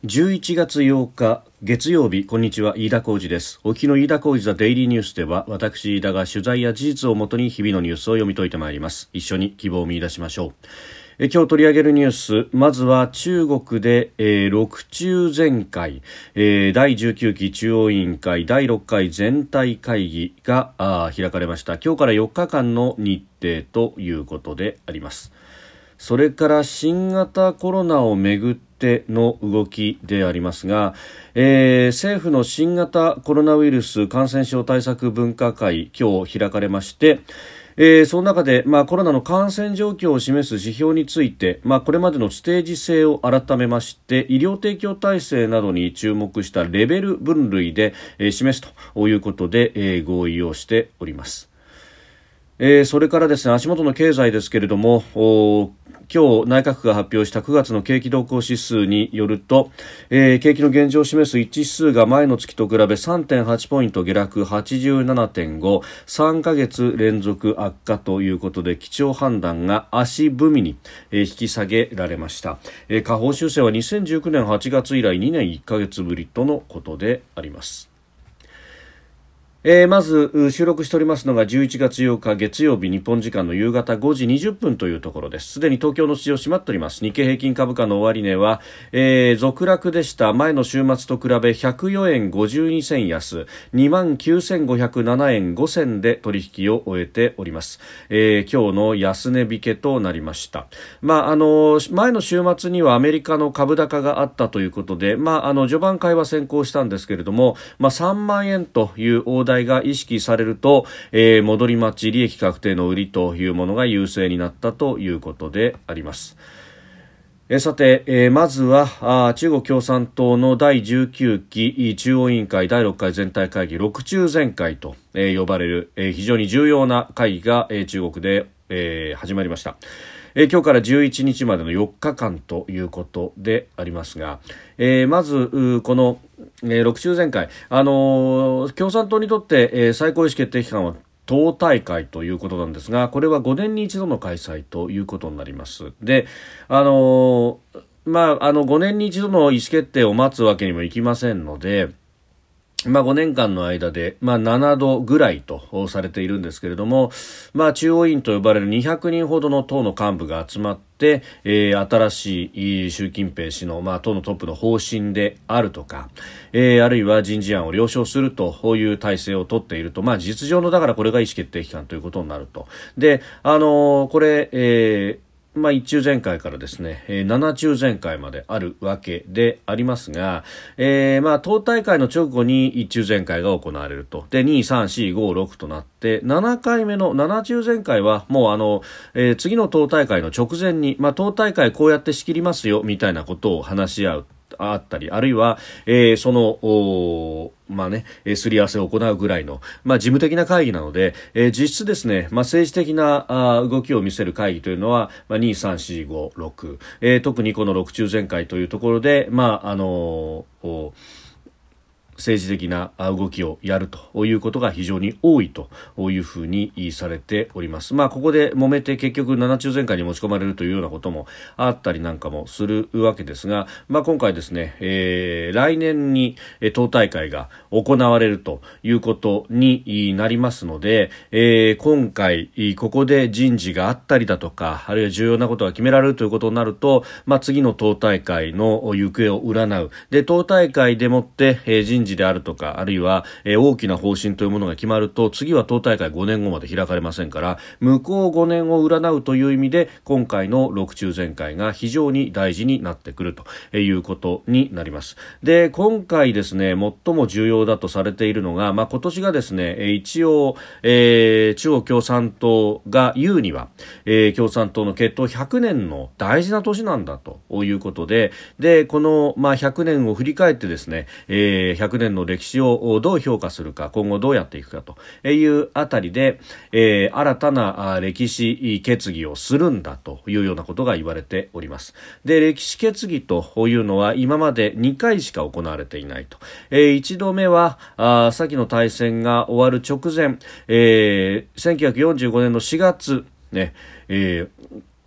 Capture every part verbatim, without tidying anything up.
じゅういちがつようか月曜日、こんにちは、飯田浩司です。お聞きの飯田浩司ザデイリーニュースでは、私飯田が取材や事実をもとに日々のニュースを読み解いてまいります。一緒に希望を見出しましょう。え今日取り上げるニュース、まずは中国で、えー、六中全会、えー、だいじゅうきゅうき中央委員会だいろっかい全体会議が開かれました。今日からよっかかんの日程ということであります。それから新型コロナをめぐっての動きでありますが、えー、政府の新型コロナウイルス感染症対策分科会今日開かれまして、えー、その中で、まあ、コロナの感染状況を示す指標について、まあ、これまでのステージ制を改めまして医療提供体制などに注目したレベル分類で、えー、示すということで、えー、合意をしております。えー、それからですね、足元の経済ですけれども、今日内閣府が発表したくがつの景気動向指数によると、えー、景気の現状を示す一致指数が前の月と比べ さんてんはち ポイント下落 はちじゅうななてんご、 さんかげつ連続悪化ということで基調判断が足踏みに、えー、引き下げられました。えー、下方修正はにせんじゅうきゅうねんはちがつ以来にねんいっかげつぶりとのことであります。えー、まず収録しておりますのがじゅういちがつようか月曜日、日本時間の夕方ごじにじゅっぷんというところです。すでに東京の市場閉まっております。日経平均株価の終値は、えー、続落でした。前の週末と比べひゃくよえんごじゅうにせん安 にまんきゅうせんごひゃくななえんごせんで取引を終えております。えー、今日の安値引けとなりました。まあ、あの前の週末にはアメリカの株高があったということで、まあ、あの序盤買いは先行したんですけれども、まあ、さんまんえんという大台が意識されると、えー、戻り待ち利益確定の売りというものが優勢になったということであります。えー、さて、えー、まずはあ中国共産党のだいじゅうきゅうき中央委員会だいろっかい全体会議六中全会と、えー、呼ばれる、えー、非常に重要な会議が、えー、中国で、えー、始まりました。えー、今日からじゅういちにちまでのよっかかんということでありますが、えー、まずこの、えー、六中全会、あのー、共産党にとって、えー、最高意思決定機関は党大会ということなんですが、これはごねんに一度の開催ということになります。で、あのーまあ、あのごねんに一度の意思決定を待つわけにもいきませんので、まあ、ごねんかんの間で、まあ、ななどぐらいとされているんですけれども、まあ、中央委員と呼ばれるにひゃくにんほどの党の幹部が集まって、えー、新しい習近平氏の、まあ、党のトップの方針であるとか、えー、あるいは人事案を了承するという体制を取っていると、まあ、実情のだからこれが意思決定機関ということになると。で、あのー、これ、えーまあ、一中全会からですね、えー、七中全会まであるわけでありますが、えー、まあ、党大会の直後に一中全会が行われると。で、に、さん、よん、ご、ろくとなって、ななかいめの七中全会はもうあの、えー、次の党大会の直前に、まあ、党大会こうやって仕切りますよ、みたいなことを話し合う。あったり、あるいは、えー、その、まあね、すり合わせを行うぐらいの、まあ、事務的な会議なので、えー、実質ですね、まあ、政治的なあ動きを見せる会議というのは、まあ、に、さん、よん、ご、ろく、えー、特にこの六中全会というところで、まあ、あのー政治的な動きをやるということが非常に多いというふうにされております。まあ、ここで揉めて結局七中全会に持ち込まれるというようなこともあったりなんかもするわけですが、まあ、今回ですね、えー、来年に党大会が行われるということになりますので、えー、今回ここで人事があったりだとか、あるいは重要なことが決められるということになると、まあ、次の党大会の行方を占う。で、党大会でもって、えー、人事であるとか、あるいは、えー、大きな方針というものが決まると、次は党大会ごねんごまで開かれませんから、向こうごねんを占うという意味で、今回の六中全会が非常に大事になってくるということになります。で、今回ですね、最も重要だとされているのが、まあ、今年がですね、一応、えー、中国共産党が言うには、えー、共産党の結党ひゃくねんの大事な年なんだということで、で、この、まあ、ひゃくねんを振り返ってですね、えー、ひゃくねんの歴史をどう評価するか、今後どうやっていくかというあたりで、えー、新たな歴史決議をするんだというようなことが言われております。で、歴史決議というのは今までにかいしか行われていないと。えー、いちどめは、あ先の大戦が終わる直前、えー、せんきゅうひゃくよんじゅうごねんのしがつ、ね、えー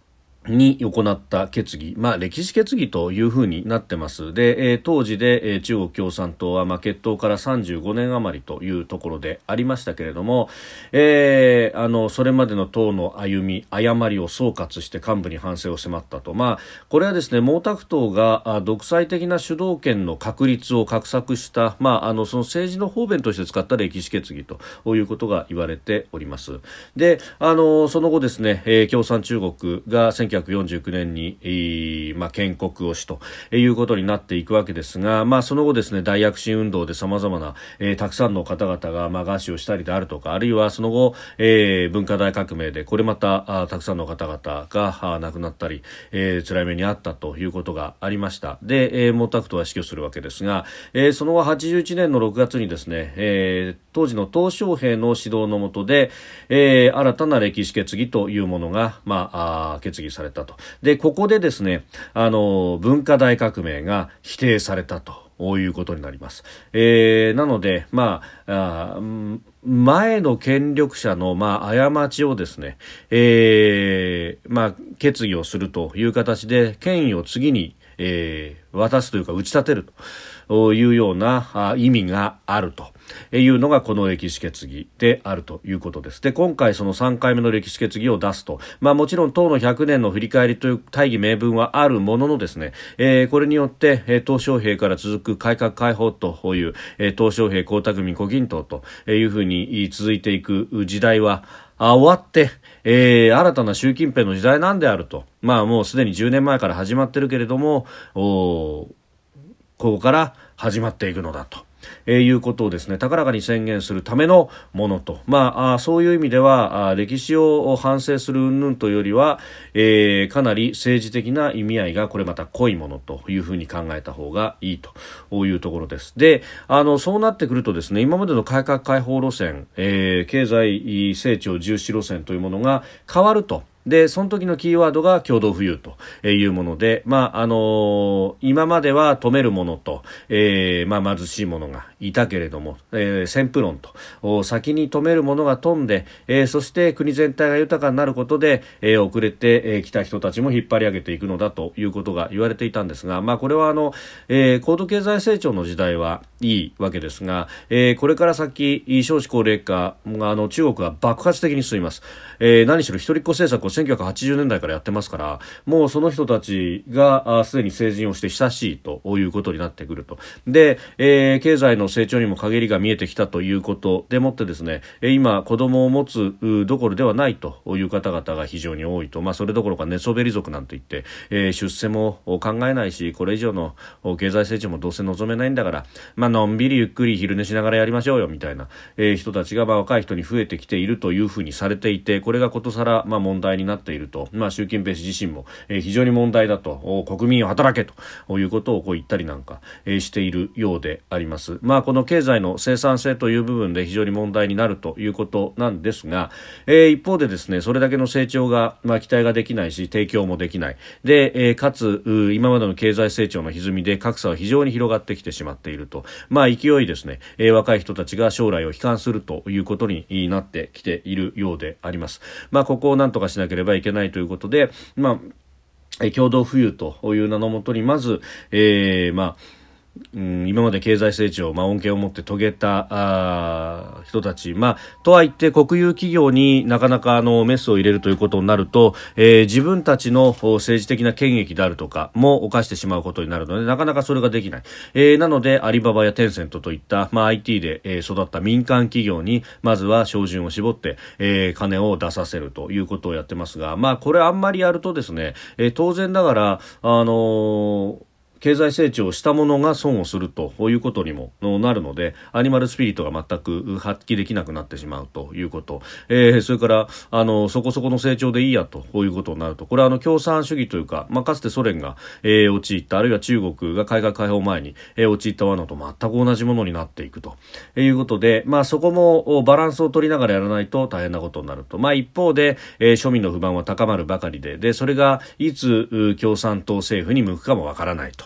に行った決議、まあ、歴史決議というふうになってます。で、えー、当時で、えー、中国共産党は、まあ、結党からさんじゅうごねん余りというところでありましたけれども、えー、あのそれまでの党の歩み誤りを総括して幹部に反省を迫ったと、まあ、これはですね、毛沢東が独裁的な主導権の確立を画策した、まあ、あのその政治の方便として使った歴史決議ということが言われております。で、あのその後ですね、えー、共産中国がせんきゅうひゃくよんじゅうきゅうねんに、えーまあ、建国をしということになっていくわけですが、まあ、その後ですね、大躍進運動で様々な、えー、たくさんの方々が、まあ、餓死をしたりであるとか、あるいはその後、えー、文化大革命でこれまたあたくさんの方々があ亡くなったり、えー、辛い目にあったということがありました。で、えー、毛沢東は死去するわけですが、えー、その後はちじゅういちねんのろくがつにですね、えー、当時の鄧小平の指導の下で、えー、新たな歴史決議というものが、まあ、あ決議されたと。で、ここでですね、あの文化大革命が否定されたということになります。えー、なので、まあ、あ前の権力者の、まあ、過ちをですね、えーまあ、決議をするという形で権威を次に、えー、渡すというか打ち立てるというような意味があるというのがこの歴史決議であるということです。で、今回そのさんかいめの歴史決議を出すと、まあ、もちろん党のひゃくねんの振り返りという大義名分はあるもののですね、えー、これによって、えー、鄧小平から続く改革開放という、えー、鄧小平江沢民胡錦涛というふうに続いていく時代はあ終わって、えー、新たな習近平の時代なんであると、まあもうすでにじゅうねんまえから始まってるけれども、おここから始まっていくのだと、えー、いうことをですね、高らかに宣言するためのものと、まあ、あそういう意味ではあ歴史を反省する云々というよりは、えー、かなり政治的な意味合いがこれまた濃いものというふうに考えた方がいいというところです。で、あのそうなってくるとですね、今までの改革開放路線、えー、経済成長重視路線というものが変わると。で、その時のキーワードが共同富裕というもので、まあ、あのー、今までは富めるものと、えー、まあ、貧しいものがいたけれども、えー、先富論と、先に富めるものが富んで、えー、そして国全体が豊かになることで、えー、遅れてきた人たちも引っ張り上げていくのだということが言われていたんですが、まあ、これはあの、えー、高度経済成長の時代はいいわけですが、えー、これから先、少子高齢化が、あの、中国は爆発的に進みます。えー、何しろ一人っ子政策をせんきゅうひゃくはちじゅうねんだいからやってますから、もうその人たちがすでに成人をして久しいということになってくると。で、えー、経済の成長にも陰りが見えてきたということでもってですね、今子供を持つどころではないという方々が非常に多いと。まあ、それどころか寝そべり族なんて言って、えー、出世も考えないし、これ以上の経済成長もどうせ望めないんだから、まあのんびりゆっくり昼寝しながらやりましょうよみたいな、えー、人たちがまあ若い人に増えてきているというふうにされていて、これがことさらまあ問題になっていると、まあ、習近平氏自身も、えー、非常に問題だと、国民を働けということをこう言ったりなんか、えー、しているようであります。まあ、この経済の生産性という部分で非常に問題になるということなんですが、えー、一方でですね、それだけの成長が、まあ、期待ができないし提供もできないで、えー、かつ今までの経済成長の歪みで格差は非常に広がってきてしまっていると、まあ、勢いですね、えー、若い人たちが将来を悲観するということになってきているようであります。まあ、ここを何とかしなければいけないということで、まあ、共同富裕という名のもとにまず、えー、まあうん、今まで経済成長、まあ、恩恵を持って遂げたあ人たち、まあ、とはいって国有企業になかなかあのメスを入れるということになると、えー、自分たちの政治的な権益であるとかも犯してしまうことになるので、なかなかそれができない、えー、なのでアリババやテンセントといった、まあ、アイティー で、えー、育った民間企業にまずは照準を絞って、えー、金を出させるということをやってますが、まあ、これあんまりやるとですね、えー、当然ながらあのー経済成長したものが損をするということにもなるので、アニマルスピリットが全く発揮できなくなってしまうということ、えー、それからあのそこそこの成長でいいやということになると、これはあの共産主義というか、まあ、かつてソ連が、えー、陥った、あるいは中国が改革開放前に、えー、陥った罠と全く同じものになっていくということで、まあ、そこもバランスを取りながらやらないと大変なことになると、まあ、一方で、えー、庶民の不満は高まるばかりで、でそれがいつ共産党政府に向くかもわからないと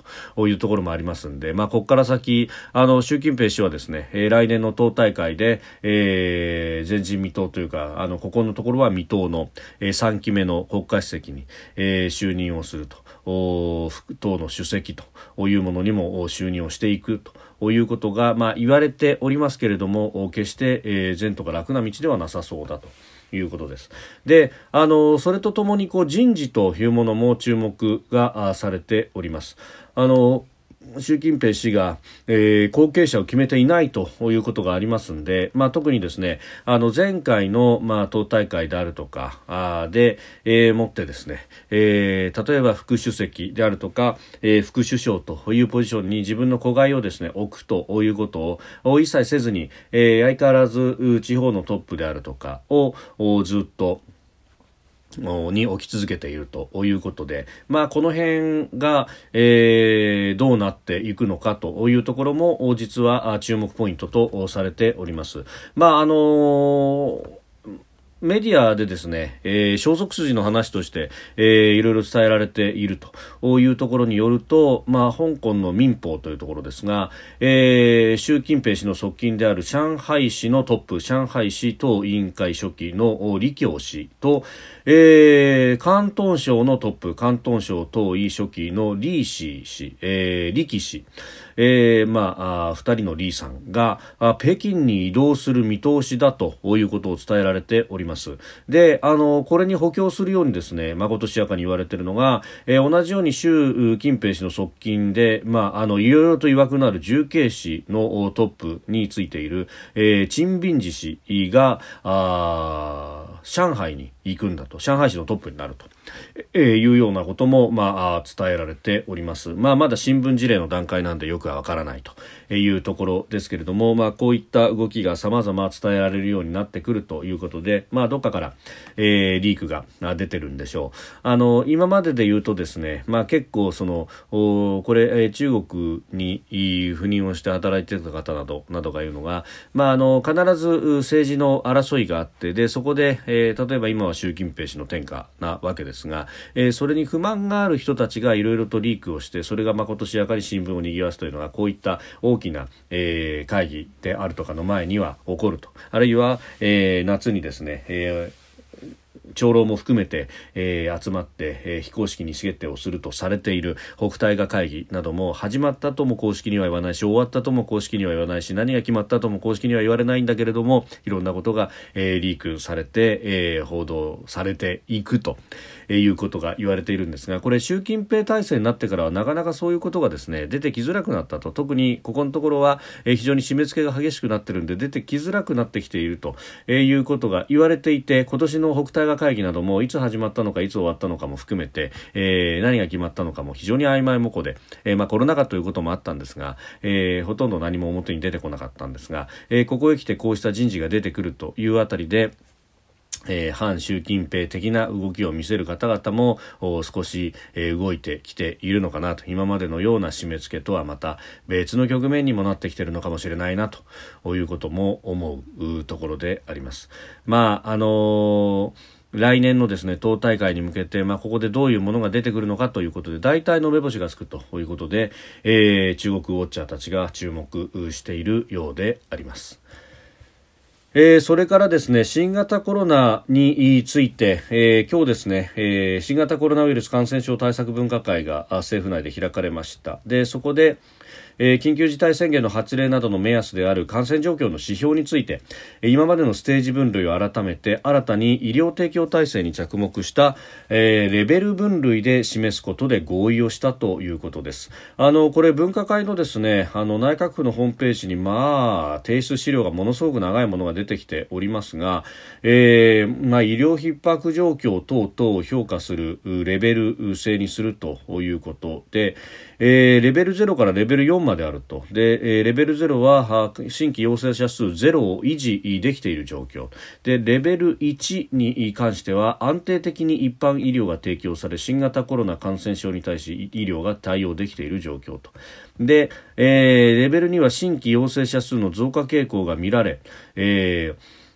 というところもありますんで、まあ、ここから先あの習近平氏はですね、えー、来年の党大会で、えー、前人未到というかあのここのところは未到の、えー、さんきめの国家主席に、えー、就任をすると、党の主席というものにも就任をしていくということが、まあ、言われておりますけれども、決して、えー、前途が楽な道ではなさそうだということです。で、あのそれとともにこう人事というものも注目がされております。あの習近平氏が、えー、後継者を決めていないということがありますので、まあ、特にですね、あの前回の、まあ、党大会であるとかあで、えー、もってですね、えー、例えば副主席であるとか、えー、副首相というポジションに自分の子飼いをですね置くということを一切せずに、えー、相変わらず地方のトップであるとかをずっとに起き続けているということで、まあ、この辺が、えー、どうなっていくのかというところも実は注目ポイントとされております。まああのーメディアでですね、えー、消息筋の話として、えー、いろいろ伝えられているというところによると、まあ、香港の民放というところですが、えー、習近平氏の側近である上海市のトップ、上海市党委員会書記の李強氏と、えー、広東省のトップ、広東省党委書記の李氏氏、えー、李毅氏、えー、まあ、ふたりの李さんが北京に移動する見通しだということを伝えられております。で、あのこれに補強するようにですね、まことしやかに言われているのが、えー、同じように習近平氏の側近で、まあ、あのいろいろと曰くのある重慶市のトップについている、えー、陳敏爾氏があ上海に行くんだと、上海市のトップになると、えー、いうようなことも、まあ、伝えられております。まあ、まだ新聞事例の段階なんでよくはわからないというところですけれども、まあ、こういった動きが様々伝えられるようになってくるということで、まあ、どっかから、えー、リークが出てるんでしょう。あの今までで言うとですね、まあ、結構そのこれ、えー、中国に赴任をして働いていた方などなどが言うのが、まあ、あの必ず政治の争いがあって、でそこで、えー、例えば今は習近平氏の天下なわけですが、えー、それに不満がある人たちがいろいろとリークをして、それがまことしやかに新聞を賑わすというのが、こういった大きな、えー、会議であるとかの前には起こると、あるいは、えー、夏にですね、えー長老も含めて、えー、集まって、えー、非公式に意思決定をするとされている北戴河会議なども、始まったとも公式には言わないし、終わったとも公式には言わないし、何が決まったとも公式には言われないんだけれども、いろんなことが、えー、リークされて、えー、報道されていくということが言われているんですが、これ習近平体制になってからはなかなかそういうことがですね出てきづらくなったと。特にここのところは、えー、非常に締め付けが激しくなってるんで出てきづらくなってきていると、えー、いうことが言われていて、今年の北戴河会議などもいつ始まったのかいつ終わったのかも含めて、えー、何が決まったのかも非常に曖昧模糊で、えーまあ、コロナ禍ということもあったんですが、えー、ほとんど何も表に出てこなかったんですが、えー、ここへ来てこうした人事が出てくるというあたりで、えー、反習近平的な動きを見せる方々も少し、えー、動いてきているのかなと。今までのような締め付けとはまた別の局面にもなってきているのかもしれないなということも思うところであります。まああのー来年のですね党大会に向けて、まあ、ここでどういうものが出てくるのかということで、大体の目星がつくということで、えー、中国ウォッチャーたちが注目しているようであります。えー、それからですね、新型コロナについて、えー、今日ですね、えー、新型コロナウイルス感染症対策分科会が政府内で開かれました。で、そこでえー、緊急事態宣言の発令などの目安である感染状況の指標について、今までのステージ分類を改めて新たに医療提供体制に着目した、えー、レベル分類で示すことで合意をしたということです。あのこれ分科会のですね、あの内閣府のホームページにまあ提出資料がものすごく長いものが出てきておりますが、えーまあ、医療逼迫状況等々を評価するレベル制にするということで、えー、レベルゼロからレベルよんまであると。で、えー、レベルゼロは新規陽性者数ゼロを維持できている状況で、レベルいちに関しては安定的に一般医療が提供され、新型コロナ感染症に対し医療が対応できている状況と。で、えー、レベルには新規陽性者数の増加傾向が見られ、えー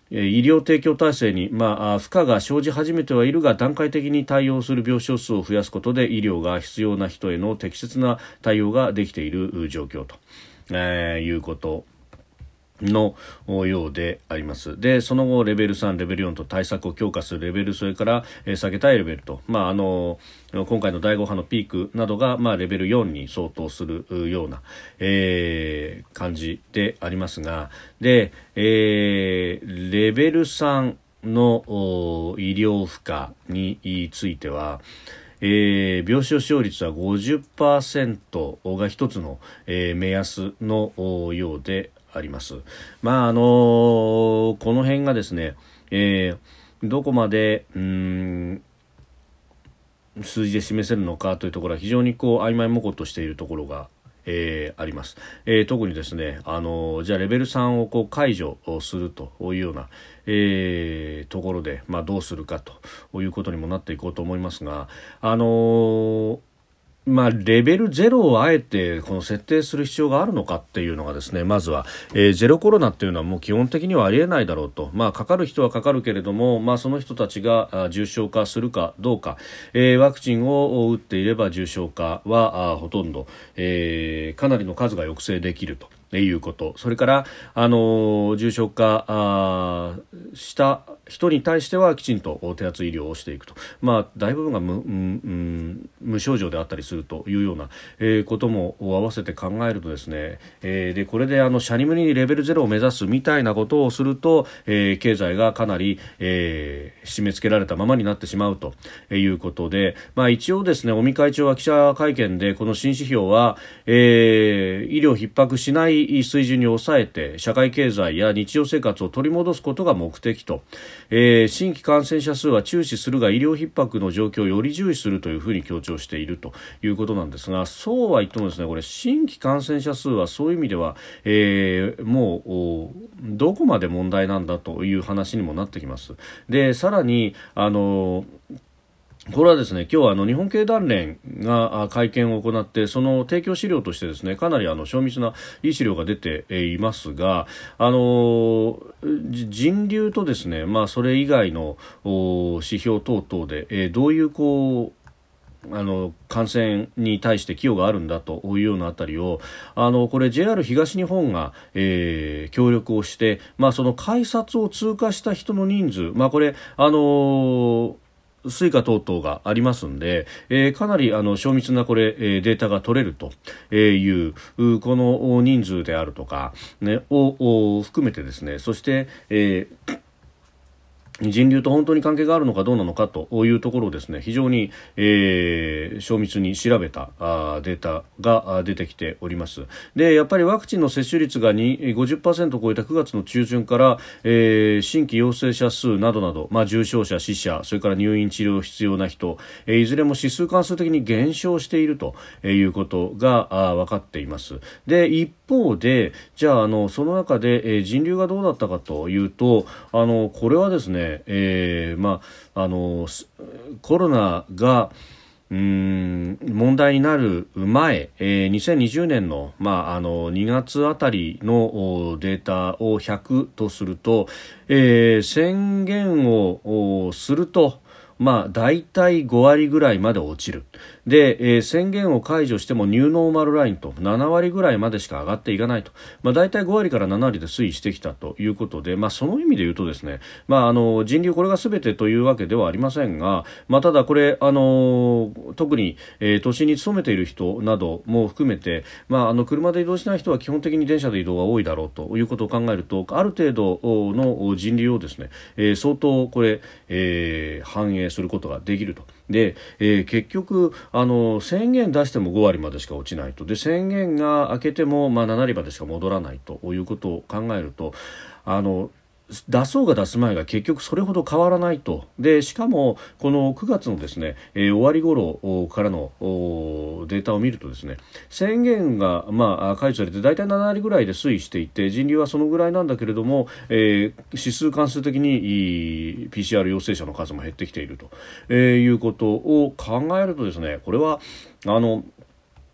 医療提供体制に、まあ、負荷が生じ始めてはいるが段階的に対応する病床数を増やすことで医療が必要な人への適切な対応ができている状況と、えー、いうことのようであります。で、その後レベルさん、レベルよんと対策を強化するレベル、それから、えー、下げたいレベルと、まあ、あの今回のだいご波のピークなどが、まあ、レベルよんに相当するような、えー、感じでありますが、で、えー、レベルさんの医療負荷については、えー、病床使用率は ごじゅっパーセント が一つの、えー、目安のようであります。まああのー、この辺がですね、えー、どこまでうーん数字で示せるのかというところは非常にこう曖昧模糊としているところがえー、あります。えー、特にですね、あのー、じゃあレベルさんをこう解除をするというような、えー、ところで、まあ、どうするかということにもなっていこうと思いますが、あのーまあ、レベルゼロをあえてこの設定する必要があるのかっていうのがですね、まずは、えー、ゼロコロナっていうのはもう基本的にはありえないだろうと、まあ、かかる人はかかるけれども、まあ、その人たちが重症化するかどうか、えー、ワクチンを打っていれば重症化はあほとんど、えー、かなりの数が抑制できるということ、それから、あの重症化あした人に対してはきちんと手厚い医療をしていくと、まあ、大部分が 無,、うん、無症状であったりするというような、えー、ことも合わせて考えるとですね、えー、でこれであのシャニムにレベルゼロを目指すみたいなことをすると、えー、経済がかなり、えー、締め付けられたままになってしまうということで、まあ、一応ですね、尾身会長は記者会見でこの新指標は、えー、医療逼迫しない水準に抑えて社会経済や日常生活を取り戻すことが目的と、えー、新規感染者数は注視するが医療逼迫の状況をより重視するというふうに強調しているということなんですが、そうは言ってもですね、これ新規感染者数はそういう意味では、えー、もうどこまで問題なんだという話にもなってきます。で、さらにあのこれはですね、今日はあの日本経団連が会見を行って、その提供資料としてですね、かなりあの詳密ないい資料が出ていますが、あの人流とですね、まあそれ以外の指標等々で、えー、どういうこうあの感染に対して寄与があるんだというようなあたりを、あのこれ ジェイアール 東日本が、えー、協力をして、まあ、その改札を通過した人の人数、まあ、これあのスイカ等々がありますんで、えー、かなりあの詳密なこれ、えー、データが取れるというこの人数であるとか、ね、を含めてですね、そして、えー人流と本当に関係があるのかどうなのかというところをですね、非常に、えー、詳密に調べたあデータが出てきております。で、やっぱりワクチンの接種率がに ごじゅっパーセント を超えたくがつの中旬から、えー、新規陽性者数などなど、まあ、重症者、死者、それから入院治療必要な人、えー、いずれも指数関数的に減少しているということがあ分かっています。で、一方で、じゃあ、あのその中で、えー、人流がどうだったかというと、あのこれはですね、えーまあ、あのコロナがうーん問題になる前、えー、にせんにじゅうねんの、まあ、あのにがつあたりのデータをひゃくとすると、えー、宣言をするとまあ、大体ごわりぐらいまで落ちる。で、えー、宣言を解除してもニューノーマルラインとななわりぐらいまでしか上がっていかないと、まあ、大体ごわりからななわりで推移してきたということで、まあ、その意味で言うとですね、まあ、あの人流これが全てというわけではありませんが、まあ、ただこれあの特に、えー、都心に勤めている人なども含めて、まあ、あの車で移動しない人は基本的に電車で移動が多いだろうということを考えると、ある程度の人流をですね、えー、相当これ、えー、反映することができると。で、えー、結局あの宣言出してもごわりまでしか落ちないと。で、宣言が明けても、まあ、ななわりまでしか戻らないということを考えると、あの出そうが出す前が結局それほど変わらないと。で、しかもこのくがつのですね、えー、終わり頃からのデータを見るとですね、宣言が、まあ、解除されて大体ななわりぐらいで推移していて、人流はそのぐらいなんだけれども、えー、指数関数的に ピーシーアール 陽性者の数も減ってきていると、えー、いうことを考えるとですね、これはあの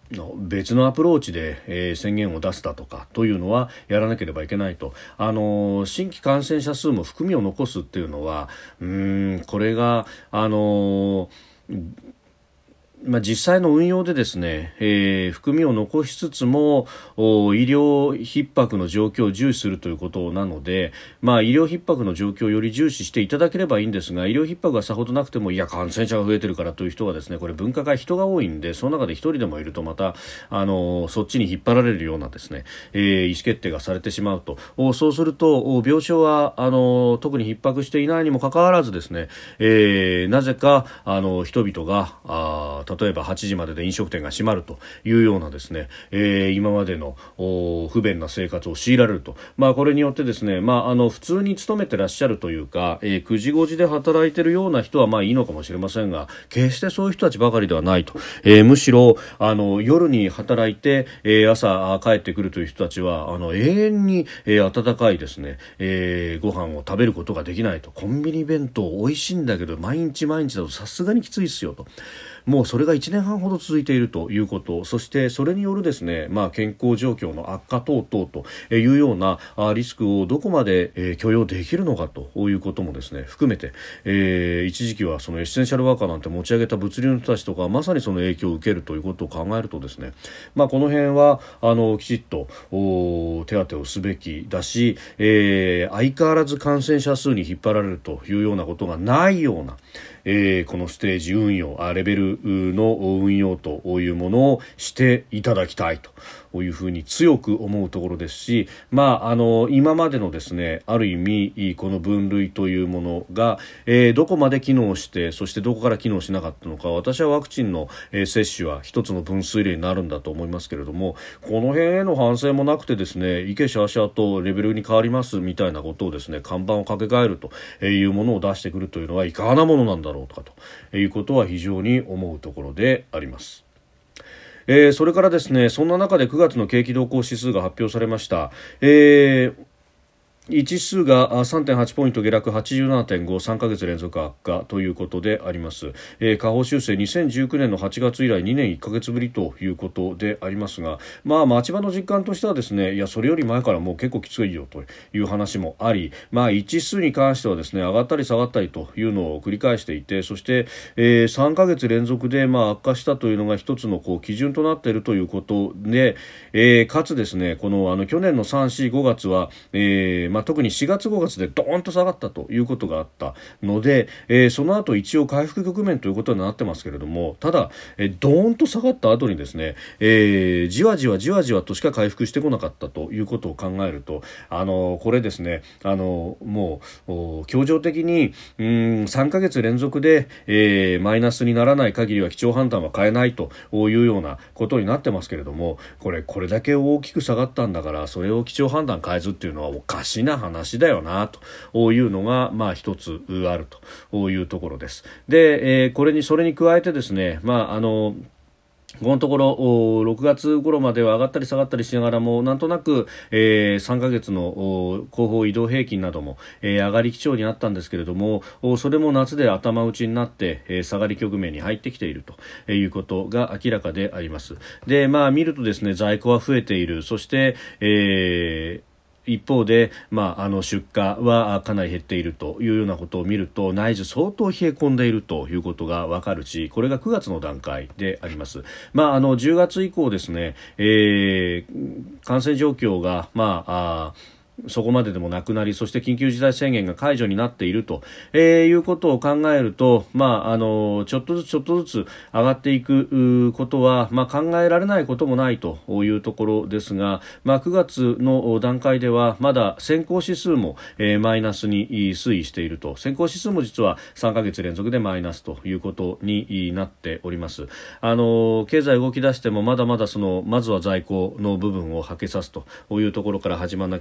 の別のアプローチで、えー、宣言を出すだとかというのはやらなければいけないと。あのー、新規感染者数も含みを残すっていうのはうーんこれがあのーまあ、実際の運用でですね、えー、含みを残しつつも医療逼迫の状況を重視するということなので、まあ、医療逼迫の状況をより重視していただければいいんですが、医療逼迫がさほどなくてもいや感染者が増えてるからという人はですね、これ分科会人が多いんで、その中で一人でもいるとまたあのそっちに引っ張られるようなですね、えー、意思決定がされてしまうと。そうすると病床はあの特に逼迫していないにもかかわらずですね、えー、なぜかあの人々があ例えばはちじまでで飲食店が閉まるというようなですね、えー、今までの不便な生活を強いられると。まあ、これによってですね、まあ、あの普通に勤めてらっしゃるというか、えー、くじごじで働いているような人はまあいいのかもしれませんが、決してそういう人たちばかりではないと。えー、むしろあの夜に働いて、えー、朝帰ってくるという人たちはあの永遠に、えー、温かいですね、えー、ご飯を食べることができないと。コンビニ弁当美味しいんだけど毎日毎日だとさすがにきついっすよと。もうそれがいちねんはんほど続いているということ、そしてそれによるですね、まあ、健康状況の悪化等々というようなリスクをどこまで許容できるのかということもですね含めて、えー、一時期はそのエッセンシャルワーカーなんて持ち上げた物流の人たちとかまさにその影響を受けるということを考えるとですね、まあ、この辺はあのきちっと手当てをすべきだし、えー、相変わらず感染者数に引っ張られるというようなことがないような、えー、このステージ運用あレベルの運用というものをしていただきたいというふうに強く思うところですし、まあ、あの今までのですねある意味この分類というものが、えー、どこまで機能してそしてどこから機能しなかったのか、私はワクチンの、えー、接種は一つの分水嶺になるんだと思いますけれども、この辺への反省もなくてですねイケシャーシャーとレベルに変わりますみたいなことをですね看板を掛け替えるというものを出してくるというのはいかがなものなんだろうかということは非常に思うところであります。えー、それからですね、そんな中でくがつの景気動向指数が発表されました。えー一指数が さんてんはち ポイント下落 はちじゅうななてんご、さんかげつ連続悪化ということであります。えー、下方修正にせんじゅうきゅうねんのはちがつ以来にねんいっかげつぶりということでありますが、まあ町場の実感としてはですね、いやそれより前からもう結構きついよという話もあり、まあ一指数に関してはですね上がったり下がったりというのを繰り返していて、そして、えー、さんかげつ連続でまあ悪化したというのが一つのこう基準となっているということで、えー、かつですねこのあの去年のさん、し、ごがつは、えーまあ、特にしがつごがつでドーンと下がったということがあったので、えー、その後一応回復局面ということになってますけれども、ただ、えー、ドーンと下がった後にですね、えー、じわじわじわじわとしか回復してこなかったということを考えると、あのこれですねあのもう協情的にうーんさんかげつ連続で、えー、マイナスにならない限りは基調判断は変えないというようなことになってますけれども、これこれだけ大きく下がったんだからそれを基調判断変えずっていうのはおかしな話だよなというのがまあ一つあるというところです。で、えー、これにそれに加えてですね、まああのこのところろくがつ頃までは上がったり下がったりしながらもなんとなく、えー、さんかげつの後方移動平均なども、えー、上がり基調にあったんですけれども、それも夏で頭打ちになって、えー、下がり局面に入ってきているということが明らかであります。で、まあ見るとですね在庫は増えている、そして、えー一方で、まあ、あの出荷はかなり減っているというようなことを見ると内需相当冷え込んでいるということがわかるし、これがくがつの段階であります。まあ、あのじゅうがつ以降ですね、えー、感染状況がまああそこまででもなくなり、そして緊急事態宣言が解除になっていると、えー、いうことを考えると、まあ、あのちょっとずつちょっとずつ上がっていくことは、まあ、考えられないこともないというところですが、まあ、くがつの段階ではまだ先行指数も、えー、マイナスに推移していると。先行指数も実はさんかげつ連続でマイナスということになっております。あの経済動き出してもまだまだそのまずは在庫の部分をはけさすというところから始まらなければいけない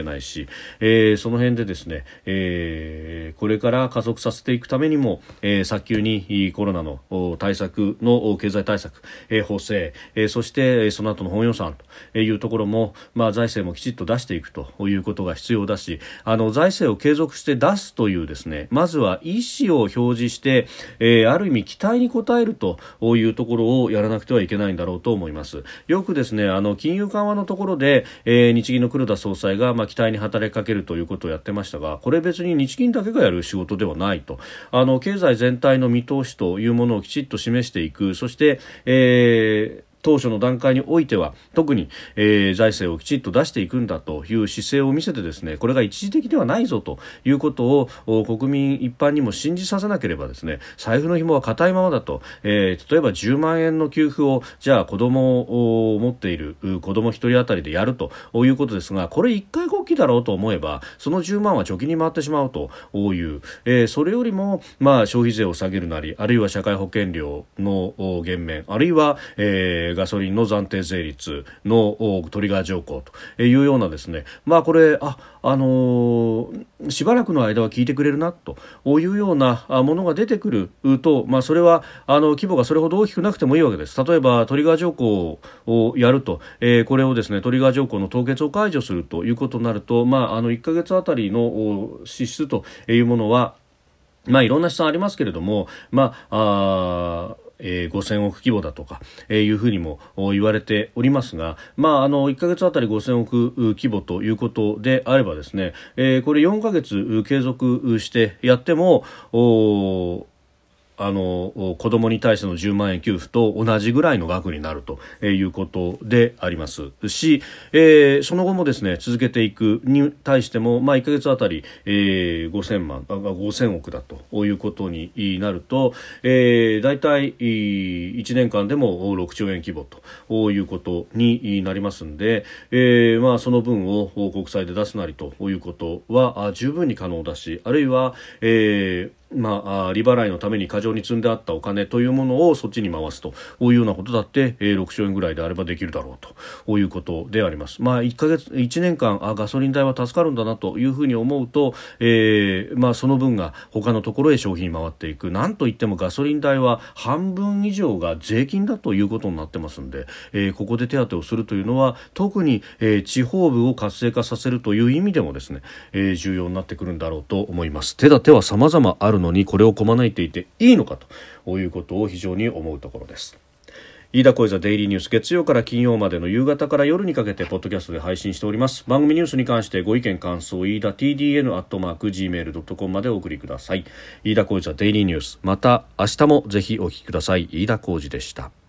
ないし、えー、その辺でですね、えー、これから加速させていくためにも、えー、早急にコロナの対策の経済対策、えー、法制、えー、そしてその後の本予算というところも、まあ、財政もきちっと出していくということが必要だし、あの財政を継続して出すというですね、まずは意思を表示して、えー、ある意味期待に応えるというところをやらなくてはいけないんだろうと思います。よくですね、あの金融緩和のところで、えー、日銀の黒田総裁が、まあ、期待に働きかけるということをやってましたが、これ別に日銀だけがやる仕事ではないと、あの経済全体の見通しというものをきちっと示していく、そして、えー当初の段階においては特に、えー、財政をきちっと出していくんだという姿勢を見せてですね、これが一時的ではないぞということを国民一般にも信じさせなければですね、財布の紐は固いままだと、えー、例えばじゅうまんえんの給付をじゃあ子供を持っている子供一人当たりでやるということですが、これ一回こっきだろうと思えばそのじゅうまんは貯金に回ってしまうという、えー、それよりも、まあ、消費税を下げるなり、あるいは社会保険料の減免、あるいは、えーガソリンの暫定税率のトリガー条項というようなですね、まあこれあ、あのー、しばらくの間は効いてくれるなというようなものが出てくると、まあ、それはあの規模がそれほど大きくなくてもいいわけです。例えばトリガー条項をやると、えー、これをですね、トリガー条項の凍結を解除するということになると、まあ、あのいっかげつあたりの支出というものは、まあ、いろんな試算ありますけれども、まあ、あえー、ごせんおく規模だとか、えー、いうふうにも言われておりますが、まあ、あのいっかげつあたりごせんおく規模ということであればですね、えー、これよんかげつ継続してやってもおあの子供に対してのじゅうまんえん給付と同じぐらいの額になるということでありますし、えー、その後もですね続けていくに対しても、まあ、いっかげつあたり、えー、ごせんまんごせんおくだということになると、えー、だいたいいちねんかんでもろくちょうえん規模ということになりますので、えーまあ、その分を国債で出すなりということは十分に可能だし、あるいは、えーまあ、利払いのために過剰に積んであったお金というものをそっちに回すというようなことだって、えー、ろくちょうえんぐらいであればできるだろうということであります。まあ、いっかげついちねんかんあガソリン代は助かるんだなというふうに思うと、えーまあ、その分が他のところへ消費に回っていく。なんといってもガソリン代は半分以上が税金だということになってますので、えー、ここで手当てをするというのは特に、えー、地方部を活性化させるという意味でもですね、えー、重要になってくるんだろうと思います。手立ては様々あるのにこれをこまないていていいのかということを非常に思うところです。飯田小泉デイリーニュース、月曜から金曜までの夕方から夜にかけてポッドキャストで配信しております。番組ニュースに関してご意見感想、飯田 ティーディーエヌ アットマーク ジーメール ドットコム までお送りください。飯田小泉デイリーニュース、また明日もぜひお聞きください。飯田小泉でした。